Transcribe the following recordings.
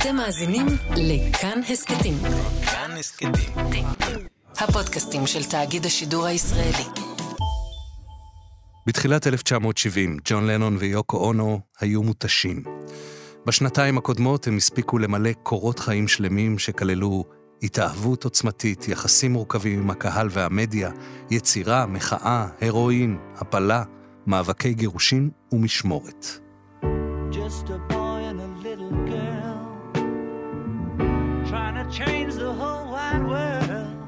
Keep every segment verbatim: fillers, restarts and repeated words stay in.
אתם מאזינים לכאן הסקטים. כאן הסקטים. הפודקאסטים של תאגיד השידור הישראלי. בתחילת אלף תשע מאות שבעים, ג'ון לנון ויוקו אונו היו מותשים. בשנתיים הקודמות הם הספיקו למלא קורות חיים שלמים שכללו התאהבות עוצמתית, יחסים מורכבים עם הקהל והמדיה, יצירה, מחאה, הרואין, הפלה, מאבקי גירושין ומשמורת. Just a boy and a little girl trying to change the whole wide world.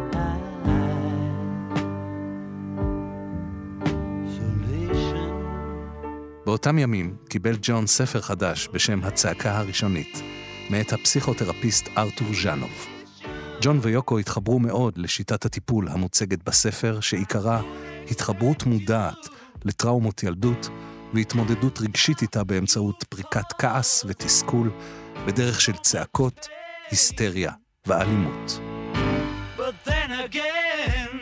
Isolation. באותם ימים קיבל ג'ון ספר חדש בשם הצעקה הראשונית, מאת הפסיכותרפיסט ארתור ז'אנוב. ג'ון ויוקו התחברו מאוד לשיטת הטיפול המוצגת בספר, שעיקרה התחברות מודעת לטראומות ילדות, והתמודדות רגשית איתה באמצעות פריקת כעס ותסכול, בדרך של צעקות, היסטריה ואלימות. But then again,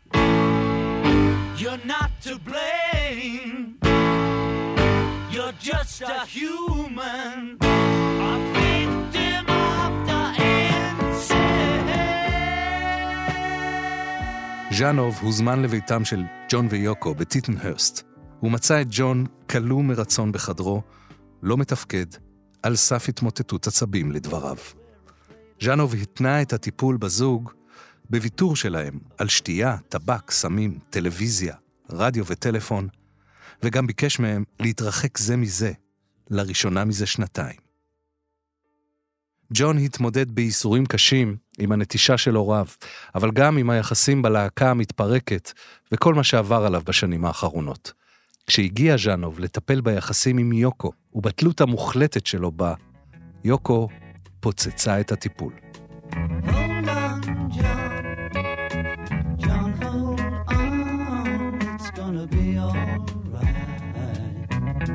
you're not to blame. You're just a human, a victim of the insane. ז'אנוב הוזמן לביתם של ג'ון ויוקו בטיטנהרסט. הוא מצא את ג'ון כלוא מרצון בחדרו, לא מתפקד, על סף התמוטטות עצבים לדבריו. ז'אנוב התנה את הטיפול בזוג בוויתור שלהם על שתייה, טבק, סמים, טלוויזיה, רדיו וטלפון, וגם ביקש מהם להתרחק זה מזה, לראשונה מזה שנתיים. ג'ון התמודד בייסורים קשים עם הנטישה של הוריו, אבל גם עם היחסים בלהקה המתפרקת וכל מה שעבר עליו בשנים האחרונות. כשהגיע ז'אנוב לטפל ביחסים עם יוקו ובתלות המוחלטת שלו בה, יוקו פוצצה את הטיפול. Hold on, John. John, hold on. It's gonna be all right.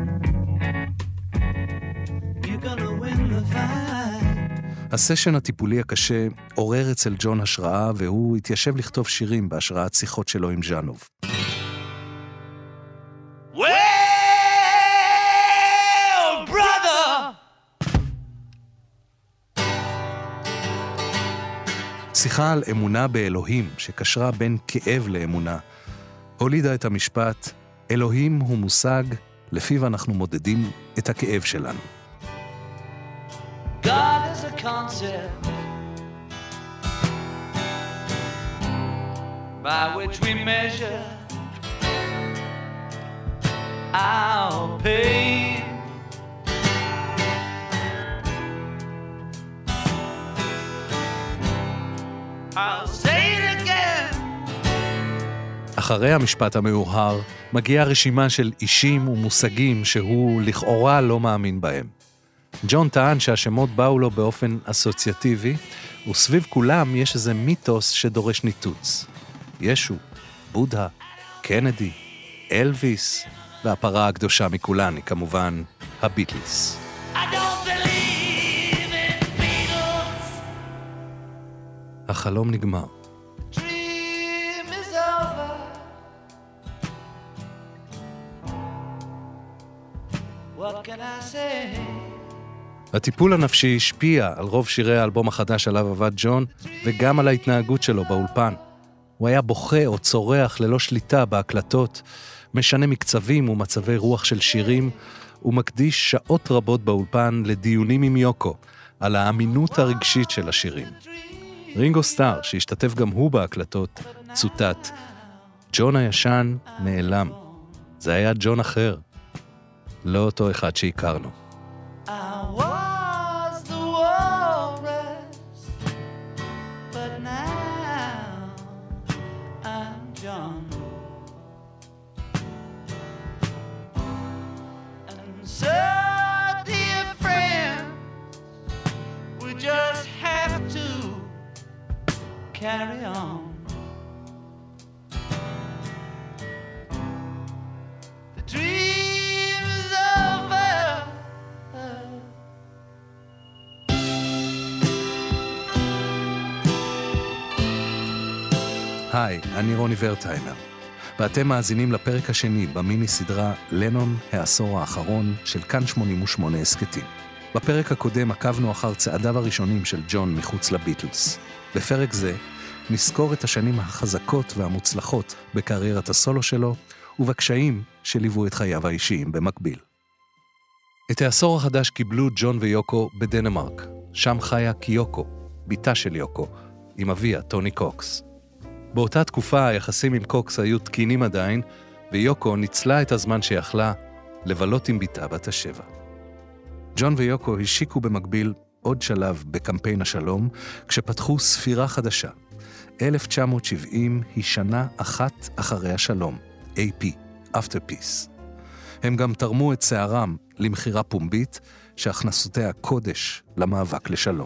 You're gonna win the fight. הסשן הטיפולי הקשה עורר אצל ג'ון השראה, והוא התיישב לכתוב שירים בהשראת שיחות שלו עם ז'אנוב. Well, brother, שיחה על אמונה באלוהים שקשרה בין כאב לאמונה, הולידה את המשפט, אלוהים הוא מושג לפיו אנחנו מודדים את הכאב שלנו. God is a concept by which we measure our pain. I'll say it again. אחרי המשפט המאוחר מגיעה רשימה של אישים ומושגים שהוא לכאורה לא מאמין בהם. ג'ון טען שהשמות באו לו באופן אסוציאטיבי, וסביב כולם יש איזה מיתוס שדורש ניתוץ. ישו, בודה, קנדי, אלוויס, והפרה הקדושה מכולן היא כמובן הביטלס. I don't believe in Beatles. החלום נגמר. Dream is over. What can I say? הטיפול הנפשי השפיע על רוב שירי האלבום החדש עליו עבד ג'ון, וגם על ההתנהגות שלו באולפן. הוא היה בוכה או צורח ללא שליטה בהקלטות, משנה מקצבים ומצבי רוח של שירים, ומקדיש שעות רבות באולפן לדיונים עם יוקו, על האמינות הרגשית של השירים. רינגו סטאר, שהשתתף גם הוא בהקלטות, צוטט, ג'ון הישן נעלם. זה היה ג'ון אחר, לא אותו אחד שהכרנו. I was the walrus, but now I'm John. And so, dear friend, we just have to carry on. The dream is over. היי, אני רוני ורטהיימר, ואתם מאזינים לפרק השני במיני סדרה לנון העשור האחרון של כאן שמונים ושמונה הסקטים. בפרק הקודם עקבנו אחר צעדיו הראשונים של ג'ון מחוץ לביטלס. בפרק זה נזכור את השנים החזקות והמוצלחות בקריירת הסולו שלו, ובקשיים שליוו את חייו האישיים במקביל. את העשור החדש קיבלו ג'ון ויוקו בדנמרק. שם חיה קיוקו, ביתה של יוקו, עם אביה, טוני קוקס. באותה תקופה היחסים עם קוקס היו תקינים עדיין, ויוקו ניצלה את הזמן שיכלה לבלות עם ביתה בת השבע. ג'ון ויוקו השיקו במקביל עוד שלב בקמפיין השלום, כשפתחו ספירה חדשה. אלף תשע מאות שבעים היא שנה אחת אחרי השלום, איי פי, After Peace. הם גם תרמו את שערם למחירה פומבית, שהכנסותיה קודש למאבק לשלום.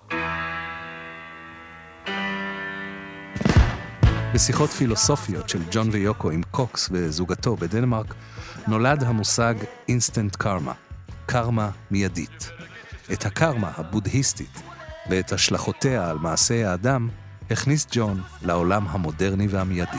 בשיחות פילוסופיות של ג'ון ויוקו עם קוקס וזוגתו בדנמרק, נולד המושג אינסטנט קרמה, קרמה מיידית. את הקרמה הבודהיסטית ואת השלכותיה על מעשי האדם, הכניס ג'ון לעולם המודרני והמיידי.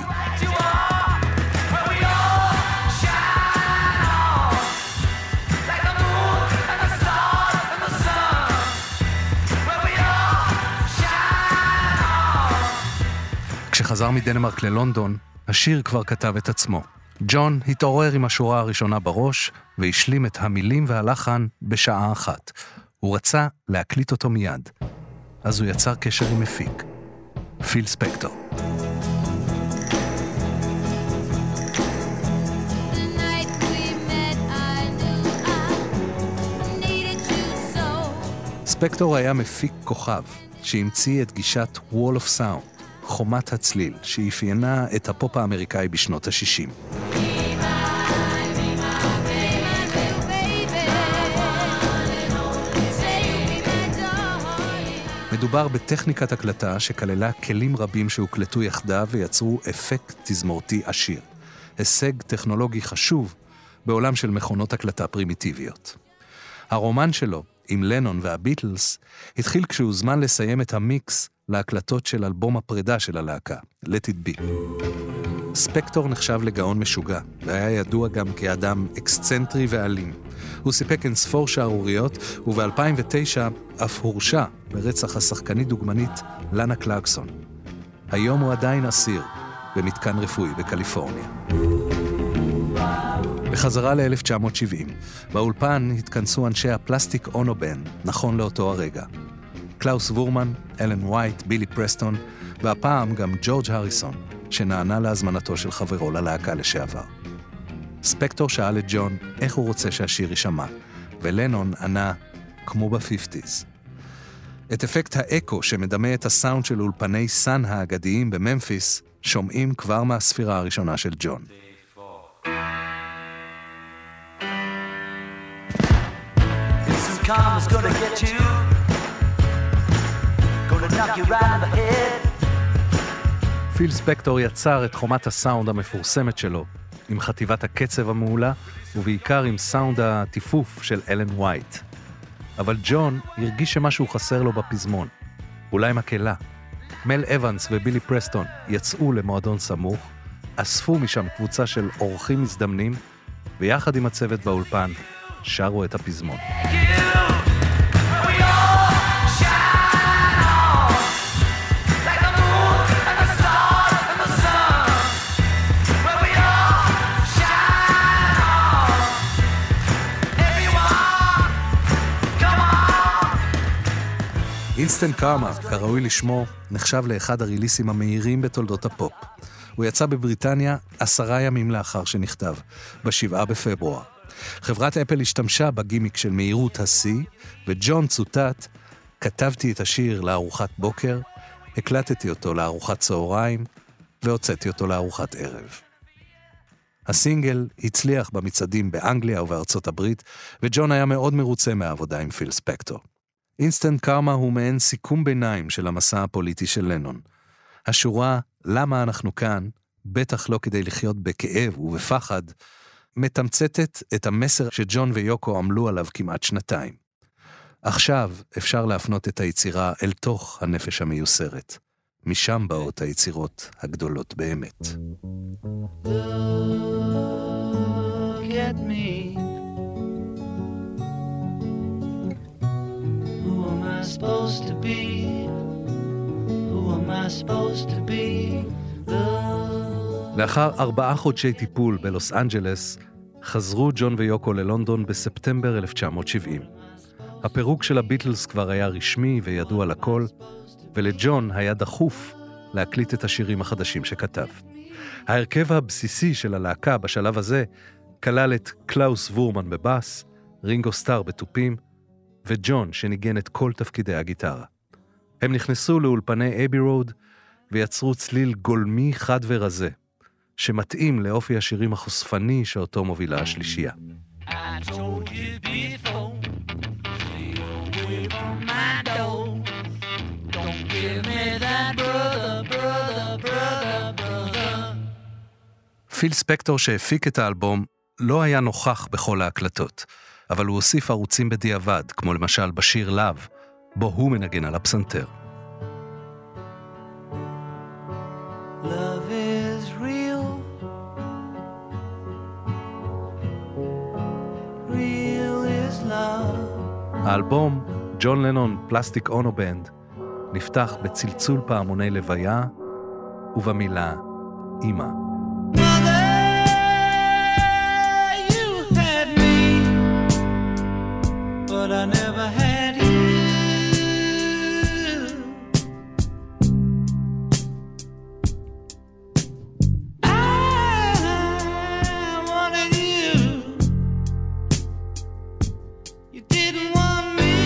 כשחזר מדנמרק ללונדון, השיר כבר כתב את עצמו. ג'ון התעורר עם השורה הראשונה בראש, והשלים את המילים והלחן בשעה אחת. הוא רצה להקליט אותו מיד. אז הוא יצר קשר עם מפיק, פיל ספקטור. ספקטור היה מפיק כוכב, שהמציא את גישת Wall of Sound, חומת הצליל, שאפיינה את הפופ האמריקאי בשנות ה-שישים. מדובר בטכניקת הקלטה שכללה כלים רבים שהוקלטו יחדיו ויצרו אפקט תזמורתי עשיר. הישג טכנולוגי חשוב בעולם של מכונות הקלטה פרימיטיביות. הרומן שלו עם לנון והביטלס התחיל כשהוא זמן לסיים את המיקס להקלטות של אלבום הפרידה של הלהקה, Let It Be. ספקטור נחשב לגאון משוגע, והיה ידוע גם כאדם אקסצנטרי ואלים. הוא סיפק אינספור שערוריות, וב-אלפיים ותשע אף הורשע ברצח השחקנית דוגמנית לנה קלרקסון. היום הוא עדיין אסיר במתקן רפואי בקליפורניה. בחזרה ל-אלף תשע מאות שבעים, באולפן התכנסו אנשי הפלסטיק אונובן, נכון לאותו הרגע. קלאוס וורמן, אלן ווייט, בילי פרסטון, והפעם גם ג'ורג' הריסון, שנענה להזמנתו של חברו ללהקה לשעבר. ספקטור שאל את ג'ון איך הוא רוצה שהשיר יישמע, ולנון ענה כמו ב-חמישים. את אפקט האקו שמדמה את הסאונד של אולפני סאן האגדיים בממפיס, שומעים כבר מהספירה הראשונה של ג'ון. Karma's gonna get you, gonna knock you right in the head. פיל ספקטור יצר את חומת הסאונד המפורסמת שלו, עם חטיבת הקצב המעולה, ובעיקר עם סאונד הטיפוף של אלן ווייט. אבל ג'ון הרגיש שמשהו חסר לו בפזמון, אולי מקהלה. מל אבנס ובילי פרסטון יצאו למועדון סמוך, אספו משם קבוצה של אורחים מזדמנים, ויחד עם הצוות באולפן שרו את הפזמון. אינסטנט קרמה, כראוי לשמו, נחשב לאחד הריליסים המהירים בתולדות הפופ. הוא יצא בבריטניה עשרה ימים לאחר שנכתב, בשבעה בפברואר. חברת אפל השתמשה בגימיק של מהירות השיא, וג'ון צוטט, כתבתי את השיר לארוחת בוקר, הקלטתי אותו לארוחת צהריים, והוצאתי אותו לארוחת ערב. הסינגל הצליח במצעדים באנגליה ובארצות הברית, וג'ון היה מאוד מרוצה מהעבודה עם פיל ספקטור. אינסטנט קרמה הוא מעין סיכום ביניים של המסע הפוליטי של לנון. השורה, למה אנחנו כאן, בטח לא כדי לחיות בכאב ובפחד, מתמצתת את המסר שג'ון ויוקו עמלו עליו כמעט שנתיים. עכשיו אפשר להפנות את היצירה אל תוך הנפש המיוסרת. משם באות היצירות הגדולות באמת. Look at me. I supposed to be? Who am I supposed to be? Love. לאחר ארבעה חודשי טיפול בלוס אנג'לס, חזרו ג'ון ויוקו ללונדון בספטמבר אלף תשע מאות שבעים. הפירוק של הביטלס כבר היה רשמי וידוע לכל, ולג'ון היה דחוף להקליט את השירים החדשים שכתב. ההרכב הבסיסי של הלהקה בשלב הזה כלל את קלאוס וורמן בבאס, רינגו סטאר בתופים, וג'ון שניגן את כל תפקידי הגיטרה. הם נכנסו לאולפני אבי רוד ויצרו צליל גולמי חד ורזה, שמתאים לאופי השירים החושפני שאותו מובילה השלישייה. I told you before, stay away from my door. Don't give me that brother, brother, brother, brother. פיל ספקטור שהפיק את האלבום לא היה נוכח בכל ההקלטות, אבל הוא הוסיף ערוצים בדיעבד, כמו למשל בשיר לאב, בו הוא מנגן על הפסנתר. Love is real. Real is love. האלבום, ג'ון לנון פלסטיק אונו בנד, נפתח בצלצול פעמוני לוויה ובמילה אמא. Mother, you had me, but I never had you. I wanted you. You didn't want me.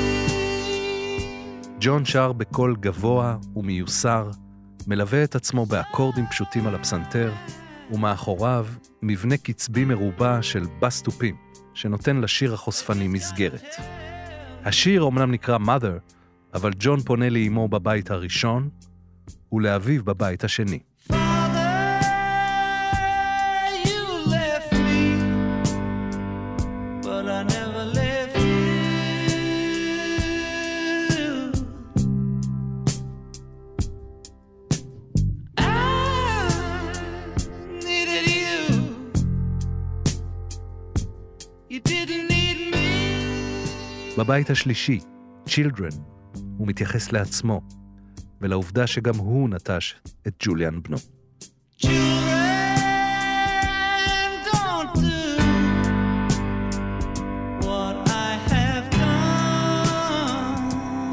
ג'ון שר בקול גבוה ומיוסר, מלווה את עצמו באקורדים פשוטים על הפסנתר, ומאחוריו מבנה קצבי מרובע של בס תופים, שנותן לשיר החושפני מסגרת. השיר אומנם נקרא Mother, אבל ג'ון פונה לאמו בבית הראשון, ולאביו בבית השני. Father, you left me, but I never left you. I needed you. You didn't need me. בבית השלישי, Children, הוא מתייחס לעצמו, ולעובדה שגם הוא נטש את ג'וליאן בנו. Children, don't do what I have done.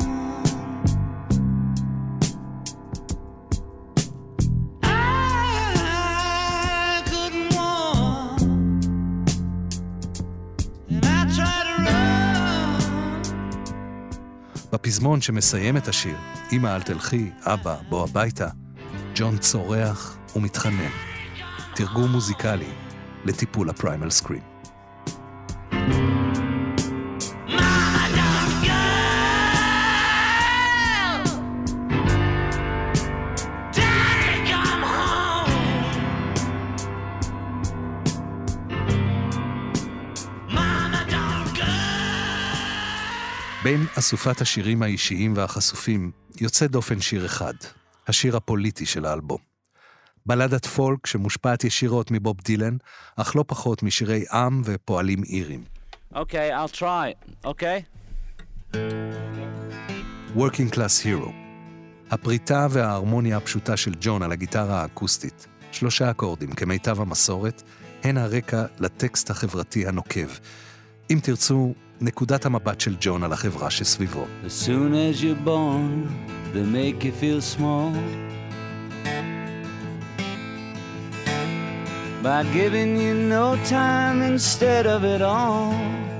I couldn't walk, and I tried to run. בפזמון שמסיים את השיר, אמא אל תלכי, אבא בוא הביתה, ג'ון צורח ומתחנן. תרגום מוזיקלי לטיפול הפריימל סקרים. Mama, don't go. Daddy, come home. Mama, don't go. בין אסופת השירים האישיים והחשופים יוצא דופן שיר אחד, השיר הפוליטי של האלבום. בלדת פולק שמושפעת ישירות מבוב דילן, אך לא פחות משירי עם ופועלים אירים. Okay, I'll try. Okay? Working Class Hero. הפריטה וההרמוניה הפשוטה של ג'ון על הגיטרה האקוסטית, שלושה אקורדים כמיטב המסורת, הן הרקע לטקסט החברתי הנוקב. אם תרצו, נקודת המבט של ג'ון על החברה שסביבו. As soon as you're born, they make you feel small. By giving you no time instead of it all.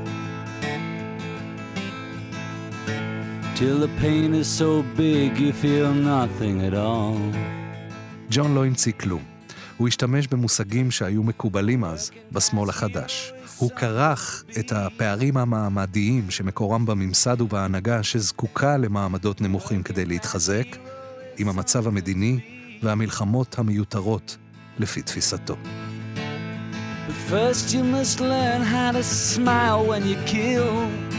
Till the pain is so big you feel nothing at all. ג'ון לא המציא כלום. הוא השתמש במושגים שהיו מקובלים אז בשמאל החדש. הוא כרך את הפערים המעמדיים שמקורם בממסד ובהנהגה שזקוקה למעמדות נמוכים כדי להתחזק, עם המצב המדיני והמלחמות המיותרות לפי תפיסתו. But first you must learn how to smile when you kill.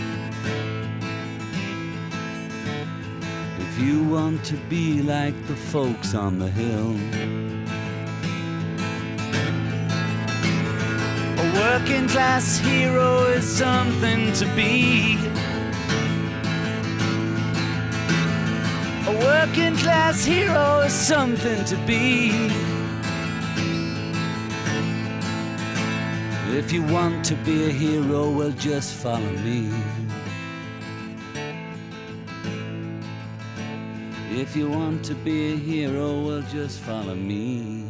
If you want to be like the folks on the hill. A working class hero is something to be. working class hero is something to be. If you want to be a hero, well, just follow me. If you want to be a hero, well, just follow me.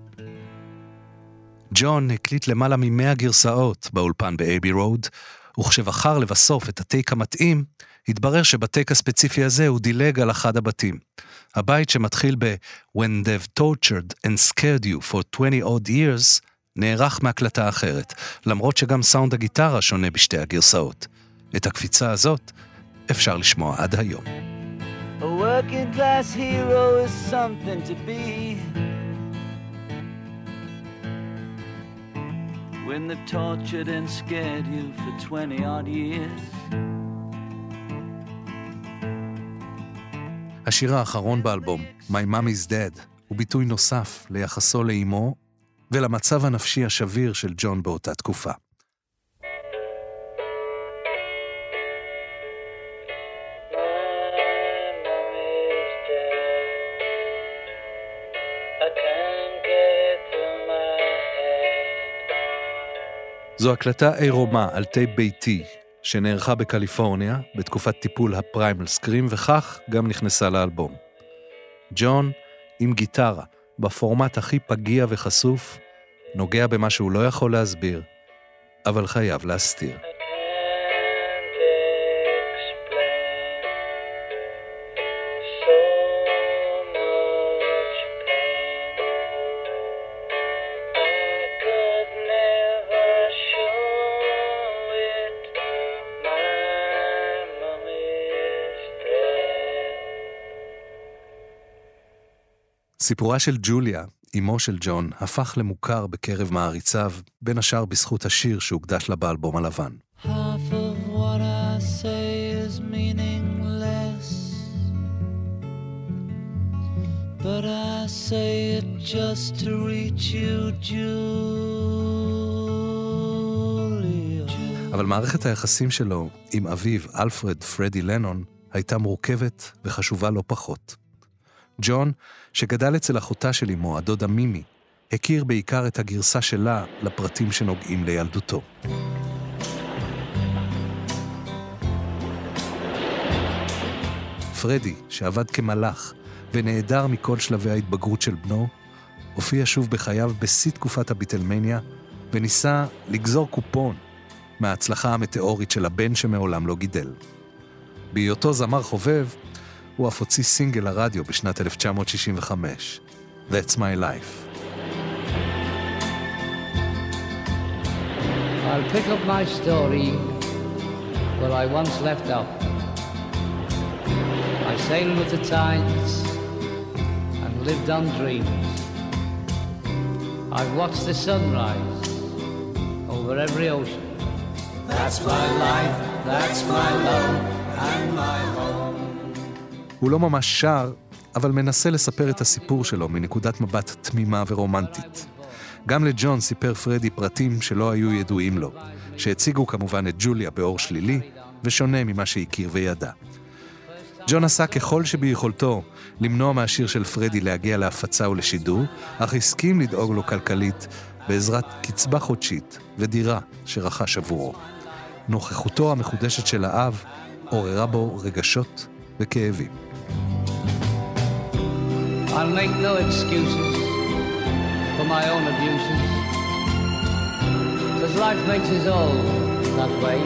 ג'ון הקליט למעלה ממאה גרסאות באולפן באייבי רוד, וכשבחר לבסוף את הטייק המתאים, התברר שבטייק הספציפי הזה הוא דילג על אחד הבתים. הבית שמתחיל ב- When they've tortured and scared you for twenty odd years, נערך מהקלטה אחרת, למרות שגם סאונד הגיטרה שונה בשתי הגרסאות. את הקפיצה הזאת אפשר לשמוע עד היום. A working class hero is something to be. When they've tortured and scared you for twenty odd years. השיר האחרון באלבום, My Mom is Dead, הוא ביטוי נוסף ליחסו לאמו ולמצב הנפשי השביר של ג'ון באותה תקופה. זו הקלטה עירומה על טייפ ביתי, שנערכה בקליפורניה, בתקופת טיפול הפריימל סקרים, וכך גם נכנסה לאלבום. ג'ון עם גיטרה, בפורמט הכי פגיע וחשוף, נוגע במה שהוא לא יכול להסביר, אבל חייב להסתיר. סיפורה של ג'וליה, אמו של ג'ון, הפך למוכר בקרב מעריציו, בין השאר בזכות השיר שהוקדש לה באלבום הלבן. Half of what I say is meaningless, but I say it just to reach you, Julia. אבל מערכת היחסים שלו עם אביו, אלפרד פרדי לנון, הייתה מורכבת וחשובה לא פחות. ג'ון, שגדל אצל אחותה של אמו, הדודה מימי, הכיר בעיקר את הגרסה שלה לפרטים שנוגעים לילדותו. פרדי, שעבד כמלאך ונעדר מכל שלבי ההתבגרות של בנו, הופיע שוב בחייו בשיא תקופת הביטלמניה, וניסה לגזור קופון מההצלחה המטאורית של הבן שמעולם לא גידל. בהיותו זמר חובב, הוא אף הוציא סינגל לרדיו בשנת אלף תשע מאות שישים וחמש, That's My Life. I'll pick up my story where I once left off. I sailed with the tides and lived on dreams. I've watched the sunrise over every ocean. That's my life, that's my love and my home. הוא לא ממש שר, אבל מנסה לספר את הסיפור שלו מנקודת מבט תמימה ורומנטית. גם לג'ון סיפר פרדי פרטים שלא היו ידועים לו, שהציגו כמובן את ג'וליה באור שלילי, ושונה ממה שהכיר וידע. ג'ון עשה ככל שביכולתו למנוע מהשיר של פרדי להגיע להפצה ולשידור, אך הסכים לדאוג לו כלכלית בעזרת קצבה חודשית ודירה שרכש עבורו. נוכחותו המחודשת של האב עוררה בו רגשות וכאבים. I'll make no excuses for my own abuses, because life makes us all that way.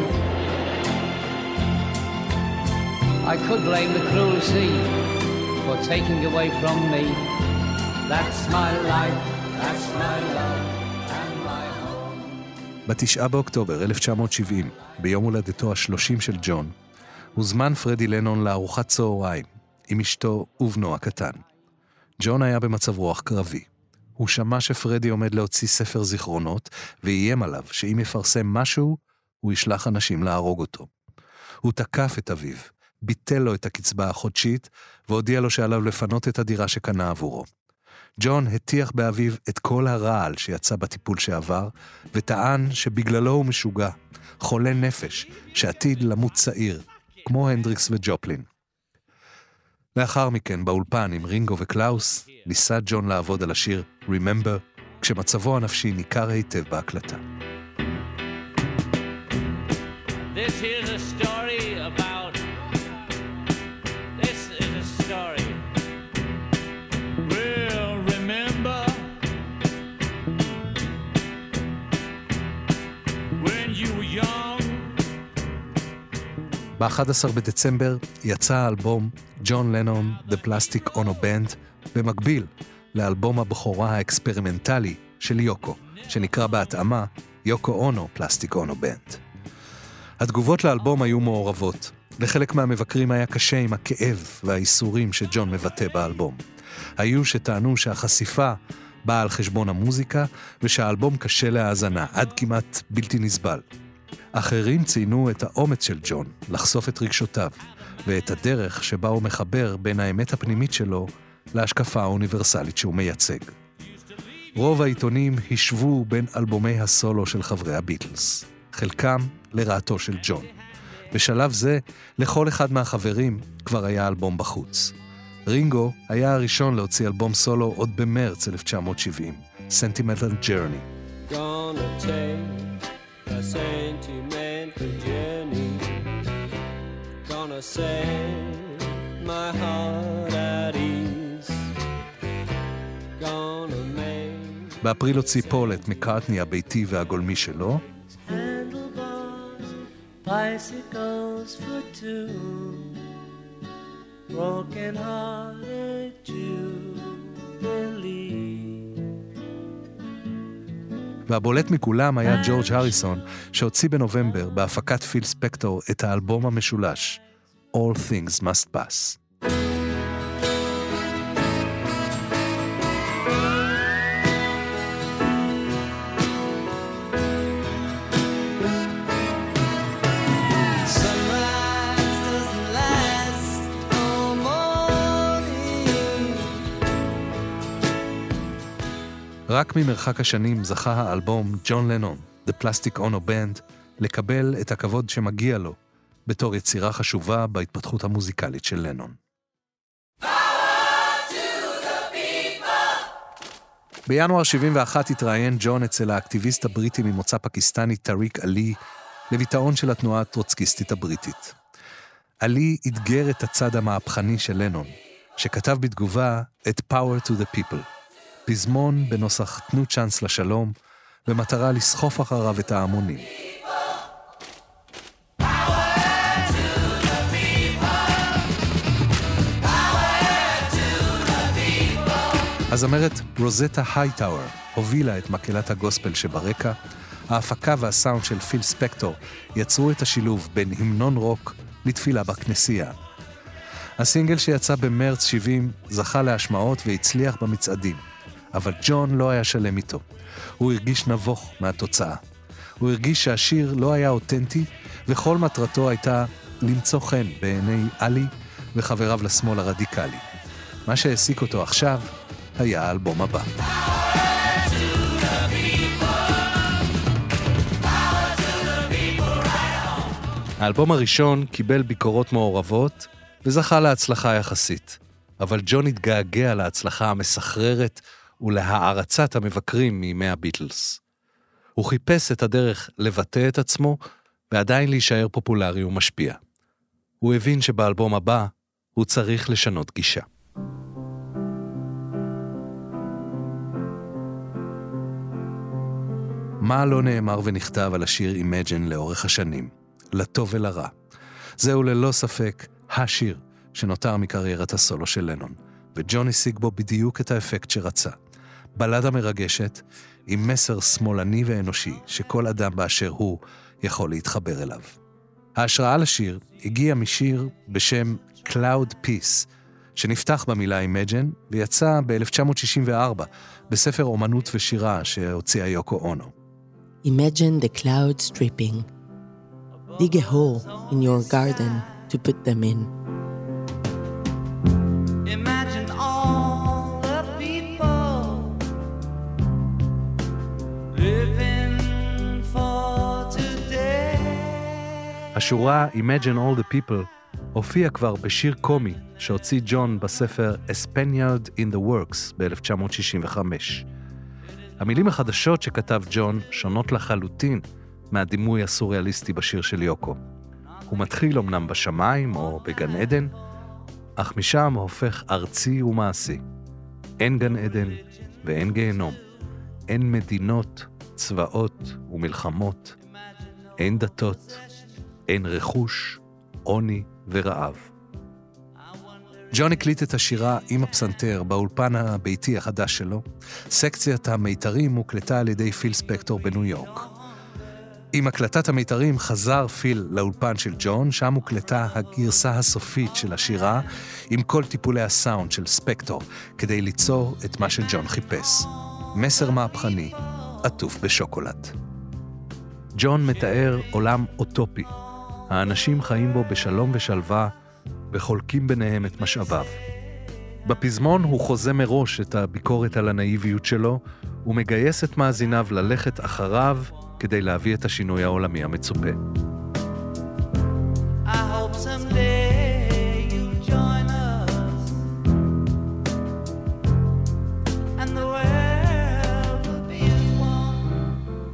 I could blame the cruel sea for taking away from me. That's my life, that's my love and my home. בתשעה באוקטובר אלף תשע מאות שבעים, ביום הולדתו השלושים של ג'ון, הוזמן פרדי לנון לארוחת צהריים עם אשתו ובנו הקטן. ג'ון היה במצב רוח קרבי. הוא שמע שפרדי עומד להוציא ספר זיכרונות, ואיים עליו שאם יפרסם משהו, הוא ישלח אנשים להרוג אותו. הוא תקף את אביו, ביטל לו את הקצבה החודשית, והודיע לו שעליו לפנות את הדירה שקנה עבורו. ג'ון הטיח באביו את כל הרעל שיצא בטיפול שעבר, וטען שבגללו הוא משוגע, חולה נפש, שעתיד למות צעיר, כמו הנדריקס וג'ופלין. לאחר מכן, באולפן עם רינגו וקלאוס, ניסה ג'ון לעבוד על השיר Remember, כשמצבו הנפשי ניכר היטב בהקלטה. This is a story about This is a story We'll remember When you were young ב-אחד עשר בדצמבר יצא האלבום ג'ון לנון The Plastic Ono Band במקביל לאלבום הבכורה האקספרימנטלי של יוקו, שנקרא בהתאמה יוקו אונו פלסטיק אונו בנד. התגובות לאלבום היו מעורבות. לחלק מהמבקרים היה קשה עם הכאב והאיסורים שג'ון מבטא באלבום. היו שטענו שהחשיפה באה על חשבון המוזיקה ושהאלבום קשה להאזנה, עד כמעט בלתי נסבל. אחרים ציינו את האומץ של ג'ון לחשוף את רגשותיו ואת הדרך שבה הוא מחבר בין האמת הפנימית שלו להשקפה האוניברסלית שהוא מייצג. רוב העיתונים השוו בין אלבומי הסולו של חברי הביטלס, חלקם לרעתו של ג'ון. בשלב זה, לכל אחד מהחברים כבר היה אלבום בחוץ. רינגו היה הראשון להוציא אלבום סולו עוד במרץ אלף תשע מאות שבעים, Sentimental Journey. Gonna take a sentimental journey Gonna set my heart at ease Gonna make באפריל הוציא פול את מקארטני הביתי והגולמי שלו, handlebars, bicycles for two Broken hearted Jubilee והבולט מכולם היה ג'ורג' הריסון, שהוציא בנובמבר בהפקת פיל ספקטור את האלבום המשולש, All Things Must Pass. רק ממרחק השנים זכה האלבום ג'ון לנון, The Plastic Ono Band, לקבל את הכבוד שמגיע לו, בתור יצירה חשובה בהתפתחות המוזיקלית של לנון. בינואר שבעים ואחת התראיין ג'ון אצל האקטיביסט הבריטי ממוצא פקיסטני טריק עלי, לביטאון של התנועה הטרוצקיסטית הבריטית. עלי אתגר את הצד המהפכני של לנון, שכתב בתגובה את Power to the People, פזמון בנוסח תנו צ'אנס לשלום, במטרה לסחוף אחריו את ההמונים. הזמרת רוזטה הייטאואר הובילה את מקהלת הגוספל שברקע, ההפקה והסאונד של פיל ספקטור יצרו את השילוב בין המנון רוק לתפילה בכנסייה. הסינגל שיצא במרץ שבעים זכה להשמעות והצליח במצעדים, אבל ג'ון לא היה שלם איתו. הוא הרגיש נבוך מהתוצאה. הוא הרגיש שהשיר לא היה אותנטי, וכל מטרתו הייתה למצוא חן בעיני עלי וחבריו לשמאל הרדיקלי. מה שהעסיק אותו עכשיו היה האלבום הבא. האלבום הראשון קיבל ביקורות מעורבות וזכה להצלחה יחסית, אבל ג'ון התגעגע להצלחה המסחררת ולהערצת המבקרים מימי הביטלס. הוא חיפש את הדרך לבטא את עצמו ועדיין להישאר פופולרי ומשפיע. הוא הבין שבאלבום הבא הוא צריך לשנות גישה. מה לא נאמר ונכתב על השיר Imagine לאורך השנים, לטוב ולרע. זהו ללא ספק השיר שנותר מקריירת הסולו של לנון, וג'ון השיג בו בדיוק את האפקט שרצה. בלדה מרגשת עם מסר שמאלני ואנושי שכל אדם באשר הוא יכול להתחבר אליו. ההשראה לשיר הגיעה משיר בשם Cloud Peace, שנפתח במילה Imagine ויצא ב-אלף תשע מאות שישים וארבע בספר אומנות ושירה שהוציאה יוקו אונו. Imagine the clouds dripping. Dig a hole in your garden to put them in. Imagine all the people living for today. השורה Imagine all the people הופיע כבר בשיר קומי שהוציא ג'ון בספר A Spaniard in the Works ב-אלף תשע מאות שישים וחמש. המילים החדשות שכתב ג'ון שונות לחלוטין מהדימוי הסוריאליסטי בשיר של יוקו. הוא מתחיל אמנם בשמיים או בגן עדן, אך משם הופך ארצי ומעשי. אין גן עדן ואין גיהנום. אין מדינות, צבאות ומלחמות. אין דתות, אין רכוש, עוני ורעב. ג'ון הקליט את השירה עם הפסנתר באולפן הביתי החדש שלו. סקציית המיתרים הוקלטה על ידי פיל ספקטור בניו יורק. עם הקלטת המיתרים חזר פיל לאולפן של ג'ון, שם הוקלטה הגרסה הסופית של השירה עם כל טיפולי הסאונד של ספקטור, כדי ליצור את מה שג'ון חיפש. מסר מהפכני, עטוף בשוקולד. ג'ון מתאר עולם אוטופי. האנשים חיים בו בשלום ושלווה, וחולקים ביניהם את משאביו. בפזמון הוא חוזה מראש את הביקורת על הנאיביות שלו, ומגייס את מאזיניו ללכת אחריו כדי להביא את השינוי העולמי המצופה. I hope someday you'll join us and the world will be as one.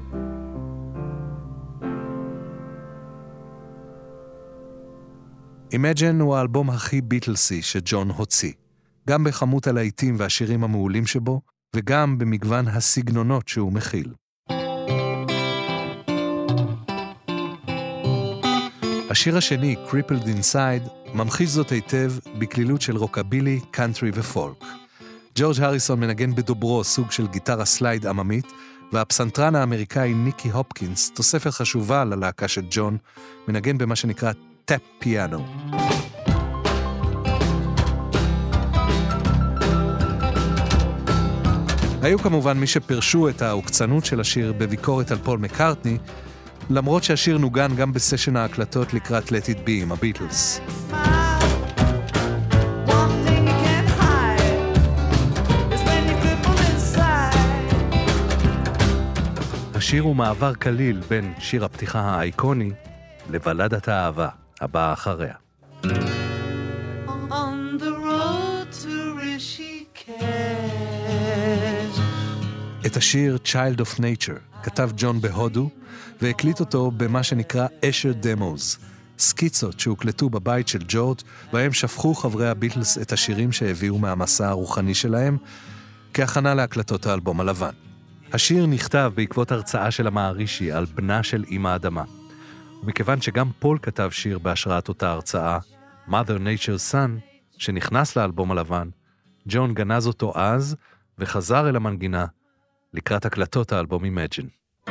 Imagine הוא האלבום הכי ביטלסי שג'ון הוציא, גם בכמות הלהיטים והשירים המעולים שבו, וגם במגוון הסגנונות שהוא מכיל. השיר השני, Crippled Inside, ממחיש זאת היטב בכלילות של רוקבילי, קאנטרי ופולק. ג'ורג' הריסון מנגן בדוברו סוג של גיטרה סלייד עממית, והפסנתרן האמריקאי ניקי הופקינס, תוספת חשובה ללהקה של ג'ון, מנגן במה שנקרא טאפ פיאנו. היו כמובן מי שפרשו את העוקצנות של השיר בביקורת על פול מקארטני, למרות שהשיר נוגן גם בסשן ההקלטות לקראת Let It Be עם הביטלס. השיר הוא מעבר קליל בין שיר הפתיחה האייקוני לבלדת האהבה הבאה אחריה. On the road to Rishikesh. את השיר Child of Nature כתב ג'ון בהודו, והקליט אותו במה שנקרא אשר דמוז, סקיצות שהוקלטו בבית של ג'ורג', בהם שפכו חברי הביטלס את השירים שהביאו מהמסע הרוחני שלהם, כהכנה להקלטות האלבום הלבן. השיר נכתב בעקבות הרצאה של המערישי על בנה של אמא אדמה. ומכיוון שגם פול כתב שיר בהשראת אותה הרצאה, Mother Nature's Son, שנכנס לאלבום הלבן, ג'ון גנז אותו אז וחזר אל המנגינה לקראת הקלטות האלבום Imagine.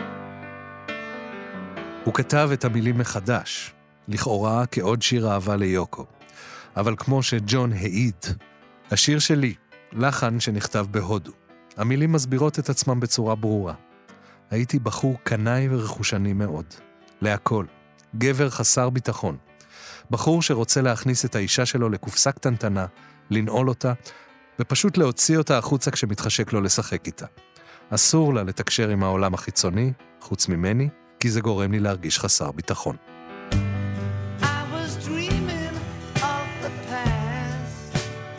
הוא כתב את המילים מחדש, לכאורה כעוד שיר אהבה ליוקו. אבל כמו שג'ון העיד, השיר שלי, לחן שנכתב בהודו. המילים מסבירות את עצמם בצורה ברורה. הייתי בחור קנאי ורכושני מאוד. להכל. גבר חסר ביטחון. בחור שרוצה להכניס את האישה שלו לקופסה קטנטנה, לנעול אותה, ופשוט להוציא אותה החוצה כשמתחשק לו לשחק איתה. אסור לה לתקשר עם העולם החיצוני, חוץ ממני, כי זה גורם לי להרגיש חסר ביטחון. I was dreaming of the past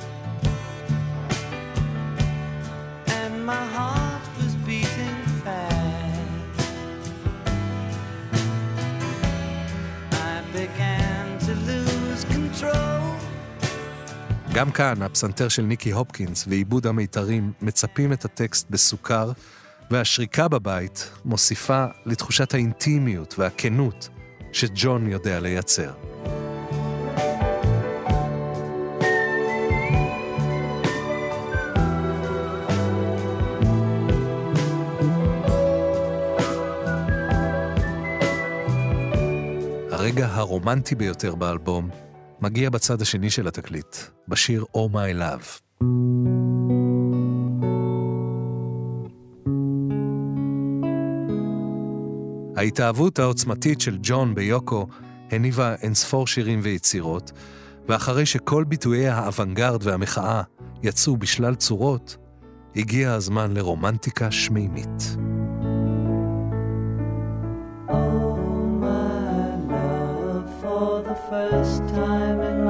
and my heart was beating fast. I began to lose control. גם כאן הפסנתר של ניקי הופקינס ועיבוד המיתרים מצפים את הטקסט בסוכר, והשריקה בבית מוסיפה לתחושת האינטימיות והכנות שג'ון יודע לייצר. הרגע הרומנטי ביותר באלבום מגיע בצד השני של התקליט, בשיר Oh My Love. ההתאהבות העוצמתית של ג'ון ביוקו הניבה אינספור שירים ויצירות, ואחרי שכל ביטויי האוונגרד והמחאה יצאו בשלל צורות, הגיע הזמן לרומנטיקה שמימית. Oh my love, for the first time in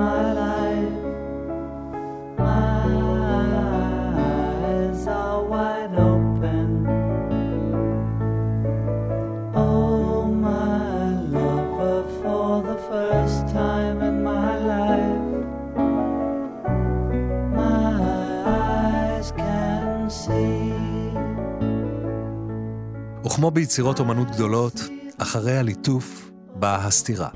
כמו ביצירות אומנות גדולות, אחרי הליטוף באה הסתירה.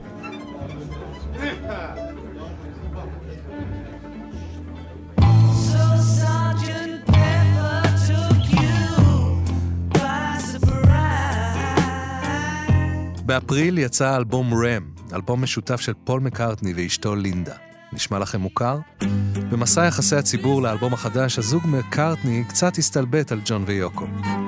באפריל יצא אלבום רם, אלבום משותף של פול מקארטני ואשתו לינדה. נשמע לכם מוכר? במסע יחסי הציבור לאלבום החדש, הזוג מקארטני קצת הסתלבט על ג'ון ויוקו.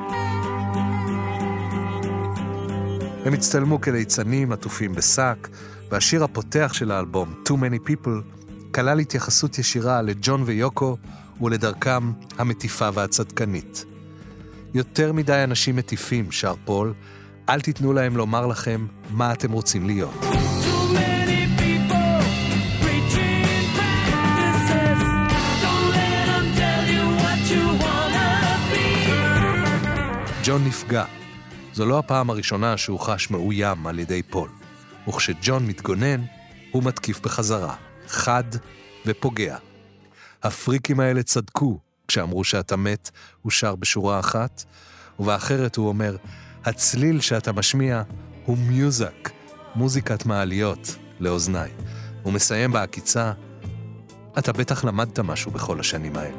הם הצטלמו כליצנים עטופים בסק, והשיר הפותח של האלבום, Too Many People, כלל התייחסות ישירה לג'ון ויוקו ולדרכם המטיפה והצדקנית. יותר מדי אנשים מטיפים, שר פול, אל תיתנו להם לומר לכם מה אתם רוצים להיות. ג'ון נפגע. זו לא הפעם הראשונה שהוא חש מאוים על ידי פול. וכשג'ון מתגונן, הוא מתקיף בחזרה. חד ופוגע. הפריקים האלה צדקו כשאמרו שאתה מת, הוא שר בשורה אחת, ובאחרת הוא אומר, הצליל שאתה משמיע הוא מיוזק, מוזיקת מעליות לאוזניי. הוא מסיים בהקיצה, אתה בטח למדת משהו בכל השנים האלה.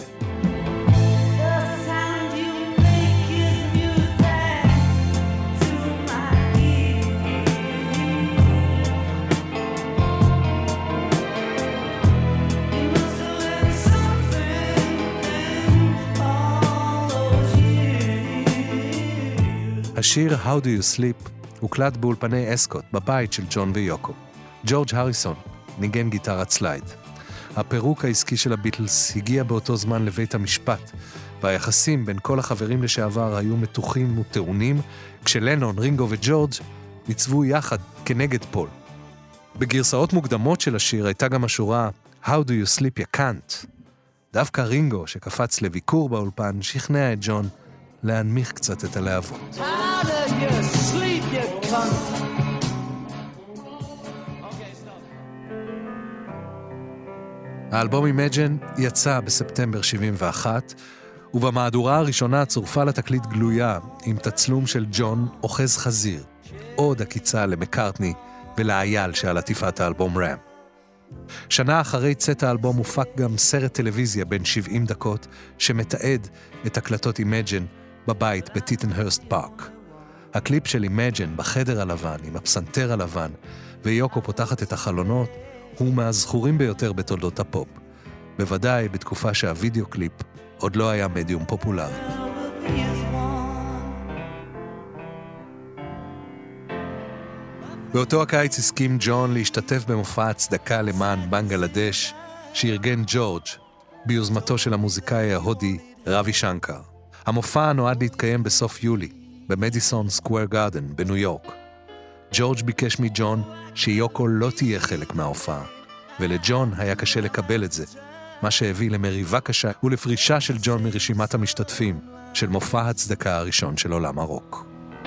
השיר How Do You Sleep הוקלט באולפני אסקוט בבית של ג'ון ויוקו. ג'ורג' הריסון ניגן גיטרת סלייד. הפירוק העסקי של הביטלס הגיע באותו זמן לבית המשפט, והיחסים בין כל החברים לשעבר היו מתוחים וטעונים, כשלנון, רינגו וג'ורג' ניצבו יחד כנגד פול. בגרסאות מוקדמות של השיר הייתה גם השורה How Do You Sleep You Can't. דווקא רינגו שקפץ לביקור באולפן שכנע את ג'ון להנמיך קצת את הלהבות. How do you sleep, you cunt? האלבום Imagine יצא בספטמבר שבעים ואחת, ובמהדורה הראשונה צורפה לתקליט גלויה עם תצלום של ג'ון אוחז חזיר, עוד הקיצה למקארטני ולאייל שעל עטיפת האלבום רם. שנה אחרי צאת האלבום הופק גם סרט טלוויזיה בין שבעים דקות שמתעד את הקלטות Imagine בבית בטיטנהרסט פארק. הקליפ של Imagine בחדר הלבן עם הפסנתר הלבן ויוקו פותחת את החלונות הוא מהזכורים ביותר בתולדות הפופ. בוודאי בתקופה שהווידאו קליפ עוד לא היה מדיום פופולרי. באותו הקיץ הסכים ג'ון להשתתף במופע הצדקה למען בנגלדש שארגן ג'ורג' ביוזמתו של המוזיקאי ההודי רבי שנקר. המופע נועד להתקיים בסוף יולי, במדיסון סקוואר גארדן בניו יורק. ג'ורג' ביקש מג'ון שיוקו לא תהיה חלק מההופעה, ולג'ון היה קשה לקבל את זה, מה שהביא למריבה קשה ולפרישה של ג'ון מרשימת המשתתפים של מופע הצדקה הראשון של עולם הרוק.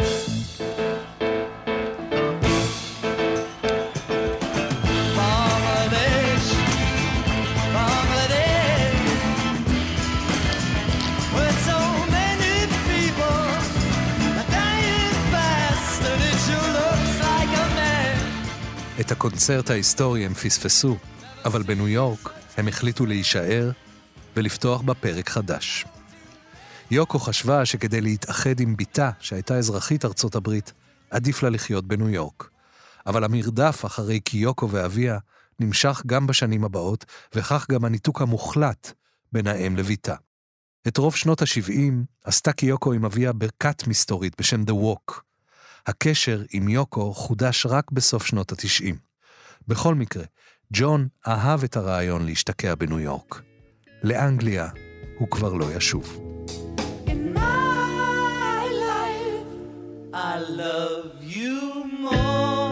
את הקונצרט ההיסטורי הם פספסו, אבל בניו יורק הם החליטו להישאר ולפתוח בפרק חדש. יוקו חשבה שכדי להתאחד עם ביתה שהייתה אזרחית ארצות הברית, עדיף לה לחיות בניו יורק. אבל המרדף אחרי קיוקו ואביה נמשך גם בשנים הבאות, וכך גם הניתוק המוחלט בין האם לביתה. את רוב שנות ה-שבעים עשתה קיוקו עם אביה ברקת מסתורית בשם The Walk. הקשר עם יוקו חודש רק בסוף שנות ה-תשעים. בכל מקרה, ג'ון אהב את הרעיון להשתקע בניו יורק. לאנגליה הוא כבר לא ישוב. In my life, I love you more.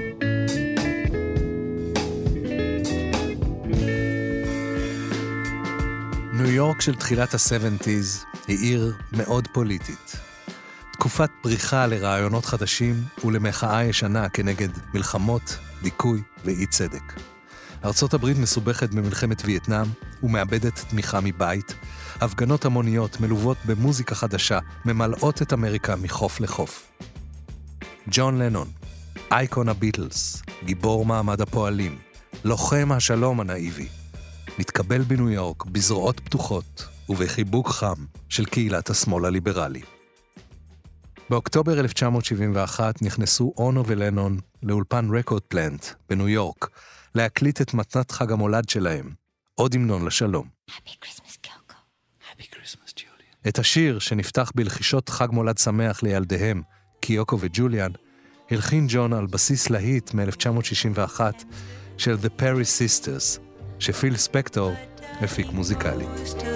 ניו יורק של תחילת ה-שבעים היא עיר מאוד פוליטית. תקופת פריחה לרעיונות חדשים ולמחאה ישנה כנגד מלחמות, דיכוי ואי צדק. ארצות הברית מסובכת במלחמת וייטנאם, ומאבדת תמיכה מבית, הפגנות המוניות מלוות במוזיקה חדשה ממלאות את אמריקה מחוף לחוף. ג'ון לנון, אייקון הביטלס, גיבור מעמד הפועלים, לוחם השלום הנאיבי, מתקבל בניו יורק בזרועות פתוחות ובחיבוק חם של קהילת השמאל הליברלי. באוקטובר אלף תשע מאות שבעים ואחת נכנסו אונו ולנון לאולפן רקורד פלנט בניו יורק להקליט את מתנת חג המולד שלהם, עוד המנון לשלום. Happy Christmas, Kyoko. Happy Christmas, Julian. את השיר שנפתח בלחישות חג מולד שמח לילדיהם, קיוקו וג'וליאן, הלחין ג'ון על בסיס להיט מ-אלף תשע מאות שישים ואחת של The Perry Sisters, שפיל ספקטור הפיק מוזיקלית.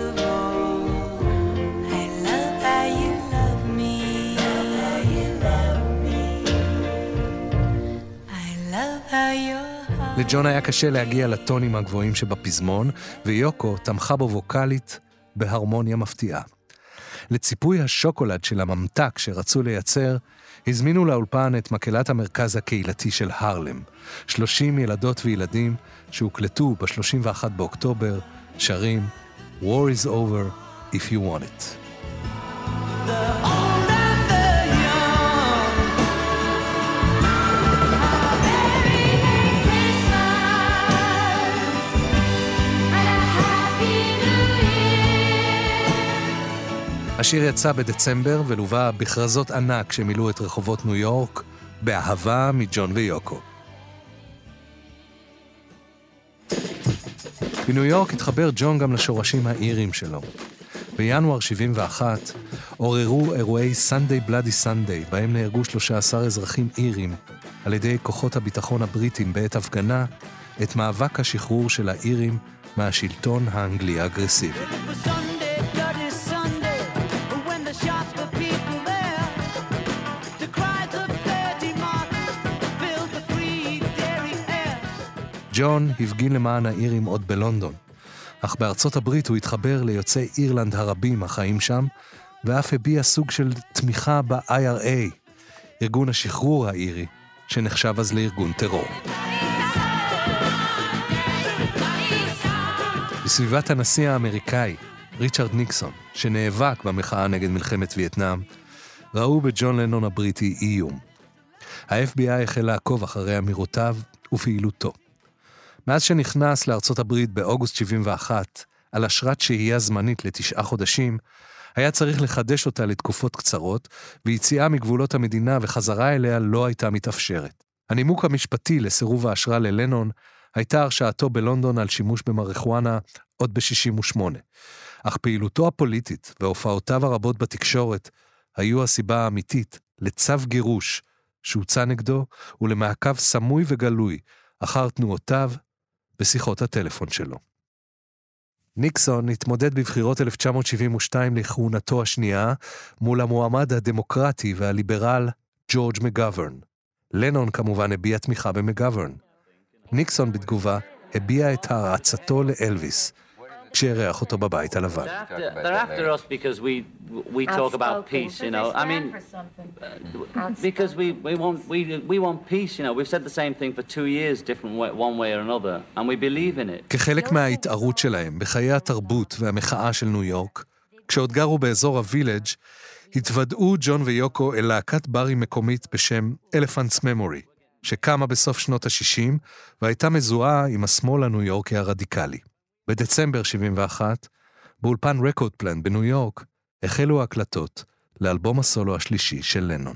לג'ון היה קשה להגיע לטונים הגבוהים שבפזמון, ויוקו תמכה בו ווקלית בהרמוניה מפתיעה. לציפוי השוקולד של הממתק שרצו לייצר, הזמינו לאולפן את מקהלת המרכז הקהילתי של הרלם, שלושים ילדות וילדים שהוקלטו ב-שלושים ואחד באוקטובר, שרים War is over if you want it. השיר יצא בדצמבר ולווה בכרזות ענק שמילאו את רחובות ניו יורק באהבה מג'ון ויוקו. בניו יורק התחבר ג'ון גם לשורשים האירים שלו. בינואר שבעים ואחת עוררו אירועי Sunday Bloody Sunday, בהם נהרגו שלושה עשר אזרחים אירים על ידי כוחות הביטחון הבריטים בעת הפגנה את מאבק השחרור של האירים מהשלטון האנגלי האגרסיבי. ג'ון הפגין למען האירים עוד בלונדון, אך בארצות הברית הוא התחבר ליוצאי אירלנד הרבים החיים שם, ואף הביע סוג של תמיכה ב-I R A, ארגון השחרור האירי, שנחשב אז לארגון טרור. בסביבת הנשיא האמריקאי, ריצ'רד ניקסון, שנאבק במחאה נגד מלחמת וייטנאם, ראו בג'ון לנון הבריטי איום. ה-F B I החל לעקוב אחרי אמירותיו ופעילותו. מאז שנכנס לארצות הברית באוגוסט שבעים ואחת, על אשרת שהייה זמנית לתשעה חודשים, היה צריך לחדש אותה לתקופות קצרות, ויציאה מגבולות המדינה וחזרה אליה לא הייתה מתאפשרת. הנימוק המשפטי לסירוב האשרה ללנון הייתה הרשעתו בלונדון על שימוש במריחואנה עוד ב-שישים ושמונה. אך פעילותו הפוליטית והופעותיו הרבות בתקשורת היו הסיבה האמיתית לצו גירוש שהוצא נגדו ולמעקב סמוי וגלוי אחר תנועותיו בשיחות הטלפון שלו. ניקסון התמודד בבחירות אלף תשע מאות שבעים ושתיים לכהונתו השנייה מול המועמד הדמוקרטי והליברל ג'ורג' מגוורן. לנון כמובן הביע תמיכה במגוורן. ניקסון בתגובה הביע את הערצתו לאלוויס, כשהריח אותו בבית הלבן. They're after us because we we talk about peace, you know. I mean, because we we want we we want peace, you know. We've said the same thing for two years, different way, one way or another, and we believe in it. כחלק מההתערות שלהם בחיי התרבות והמחאה של ניו יורק, כשעוד גרו באזור הווילג', התוודעו ג'ון ויוקו אל להקת ברים מקומית בשם Elephant's Memory, שקמה בסוף שנות ה-שישים והייתה מזוהה עם השמאל הניו יורקי הרדיקלי. בדצמבר שבעים ואחת, באולפן רקורד פלנט בניו יורק, החלו ההקלטות לאלבום הסולו השלישי של לנון.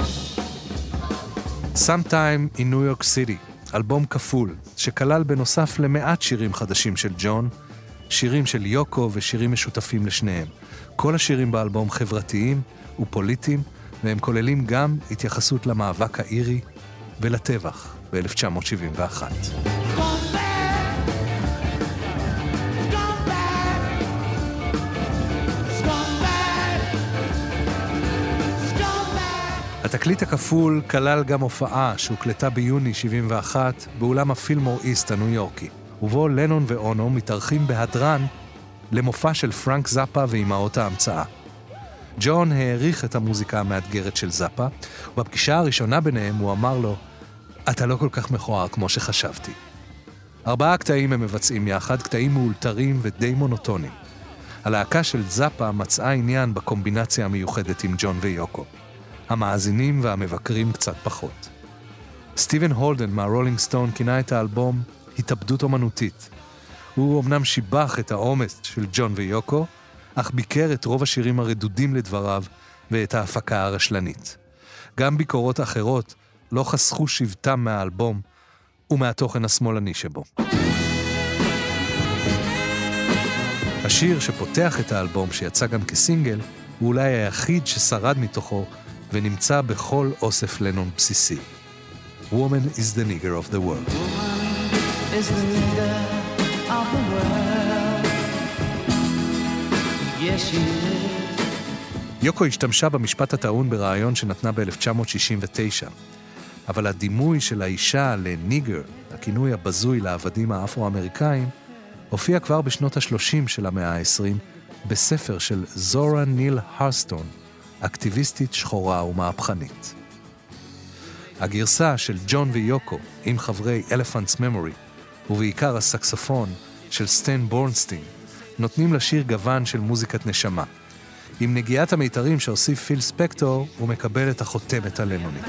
Sometime in New York City, אלבום כפול, שכלל בנוסף למעט שירים חדשים של ג'ון, שירים של יוקו ושירים משותפים לשניהם. כל השירים באלבום חברתיים ופוליטיים, והם כוללים גם התייחסות למאבק האירי ולטבח ב-אלף תשע מאות שבעים ואחת. התקליט הכפול כלל גם הופעה שהוקלטה ביוני שבעים ואחת באולם הפילמור איסט הניו יורקי, ובו לנון ואונו מתארחים בהדרן למופע של פרנק זאפה ואימהות ההמצאה. ג'ון העריך את המוזיקה המאתגרת של זאפה, ובפגישה הראשונה ביניהם הוא אמר לו, אתה לא כל כך מכוער כמו שחשבתי. ארבעה קטעים הם מבצעים יחד, קטעים מאולתרים ודי מונוטונים. הלהקה של זאפה מצאה עניין בקומבינציה המיוחדת עם ג'ון ויוקו. המאזינים והמבקרים קצת פחות. סטיבן הולדן מהרולינג סטון כינה את האלבום התאבדות אומנותית. הוא אמנם שיבח את האומץ של ג'ון ויוקו, אך ביקר את רוב השירים הרדודים לדבריו ואת ההפקה הרשלנית. גם ביקורות אחרות לא חסכו שבטם מהאלבום ומהתוכן השמאלני שבו. השיר שפותח את האלבום, שיצא גם כסינגל, הוא אולי היחיד ששרד מתוכו ונמצא בכל אוסף לנון בסיסי. Woman is the nigger of the world. Woman is the nigger of the world. Yes, she is. יוקו השתמשה במשפט הטעון ברעיון שנתנה ב-אלף תשע מאות שישים ותשע, אבל הדימוי של האישה לניגר, הכינוי הבזוי לעבדים האפרו-אמריקאים, הופיע כבר בשנות ה-שלושים של המאה ה-עשרים בספר של זורה ניל הרסטון, אקטיביסטית שחורה ומהפכנית. הגרסה של ג'ון ויוקו עם חברי Elephant's Memory ובעיקר הסקסופון של סטן בורנסטין נותנים לשיר גוון של מוזיקת נשמה. עם נגיעת המיתרים שהוסיף פיל ספקטור הוא מקבל את החותמת הלנונית.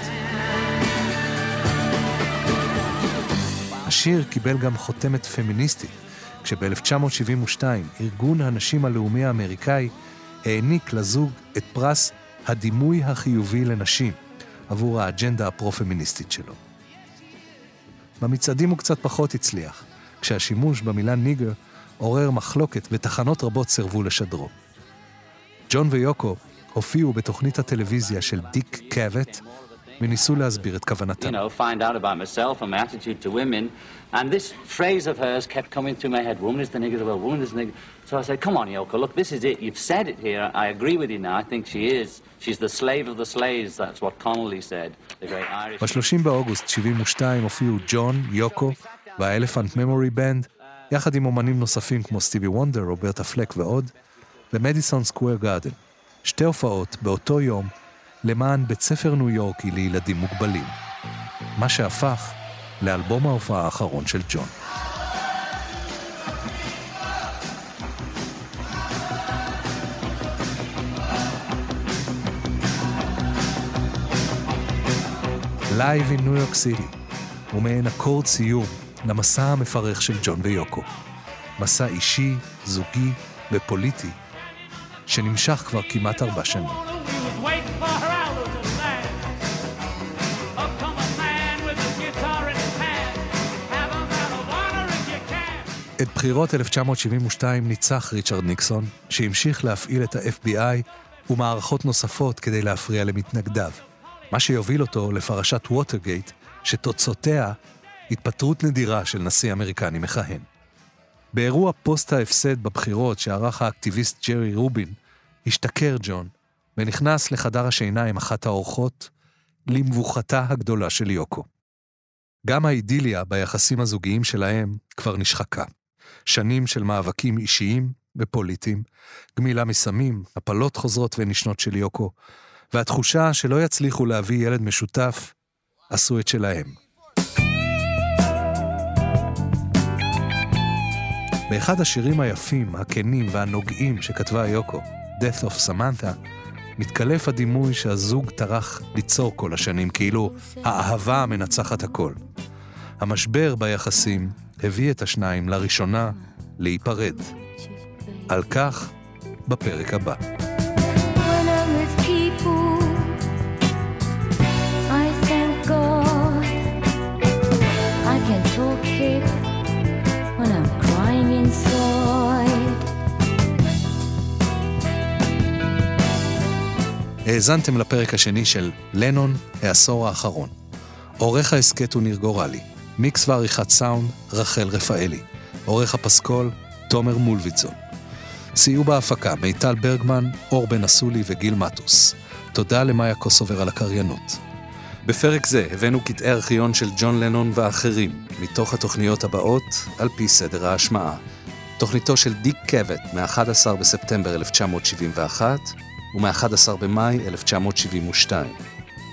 השיר קיבל גם חותמת פמיניסטית, כשב-אלף תשע מאות שבעים ושתיים ארגון הנשים הלאומי האמריקאי העניק לזוג את פרס הדימוי החיובי לנשים עבור האג'נדה הפרו-פמיניסטית שלו. במצעדים הוא קצת פחות הצליח, כשהשימוש במילה ניגר עורר מחלוקת ותחנות רבות סירבו לשדרו. ג'ון ויוקו הופיעו בתוכנית הטלוויזיה של דיק קאבט וניסו להסביר את כוונתם. You know, find out about myself and my attitude to women, and this phrase of hers kept coming through my head, woman is the nigger of the world, woman is the nigger. So I said, come on, Yoko, look, this is it. You've said it here. I agree with you now. I think she is. She's the slave of the slaves. That's what Connolly said, the great Irish. ב-שלושים באוגוסט שבעים ושתיים הופיעו ג'ון, יוקו וה-Elephant Memory Band, יחד עם אומנים נוספים כמו סטיבי וונדר, רוברטה פלק ועוד, במדיסון סקוואר גארדן. שתי הופעות באותו יום למען בית ספר ניו יורקי לילדים מוגבלים. מה שהפך לאלבום ההופעה האחרון של ג'ון. Live in New York City הוא מעין אקורד סיום למסע המפרך של ג'ון ויוקו. מסע אישי, זוגי ופוליטי שנמשך כבר כמעט ארבע שנים. את בחירות אלף תשע מאות שבעים ושתיים ניצח ריצ'רד ניקסון, שהמשיך להפעיל את ה-אף בי איי ומערכות נוספות כדי להפריע למתנגדיו, מה שיוביל אותו לפרשת ווטרגייט, שתוצאותיה התפטרות נדירה של נשיא אמריקני מכהן. באירוע פוסט ההפסד בבחירות שערך האקטיביסט ג'רי רובין, השתכר ג'ון ונכנס לחדר השינה עם אחת האורחות למבוכתה הגדולה של יוקו. גם האידיליה ביחסים הזוגיים שלהם כבר נשחקה. שנים של מאבקים אישיים ופוליטיים, גמילה מסמים, הפלות חוזרות ונשנות של יוקו, והתחושה שלא יצליחו להביא ילד משותף, עשו את שלהם. באחד השירים היפים, הכנים והנוגעים שכתבה יוקו, Death of Samantha, מתקלף הדימוי שהזוג טרח ליצור כל השנים, כאילו האהבה המנצחת הכל. המשבר ביחסים הביא את השניים לראשונה להיפרד. על כך בפרק הבא. When I'm with people, I thank God I can talk here when I'm crying inside. האזנתם לפרק השני של לנון, העשור האחרון. עורך ההסקט הוא ניר גורלי. מיקס ועריכת סאונד, רחל רפאלי. עורך הפסקול, תומר מולביצון. סייעו בהפקה, מיטל ברגמן, אור בן אסולי וגיל מטוס. תודה למאיה קוסובר על הקריינות. בפרק זה הבאנו קטעי ארכיון של ג'ון לנון ואחרים, מתוך התוכניות הבאות על פי סדר ההשמעה. תוכניתו של דיק קאבט מ-אחד עשר בספטמבר אלף תשע מאות שבעים ואחת ומ-אחד עשר במאי אלף תשע מאות שבעים ושתיים.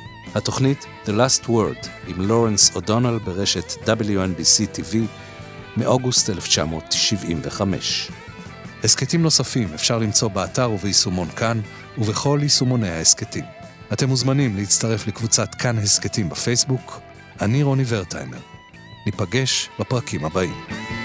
התוכנית The Last Word עם לורנס אודונל ברשת דאבליו אן בי סי טי וי מאוגוסט אלף תשע מאות שבעים וחמש. הסקטים נוספים אפשר למצוא באתר וביישומון כאן ובכל יישומוני ההסקטים. אתם מוזמנים להצטרף לקבוצת כאן הסקטים בפייסבוק. אני רוני ורטהיימר. ניפגש בפרקים הבאים.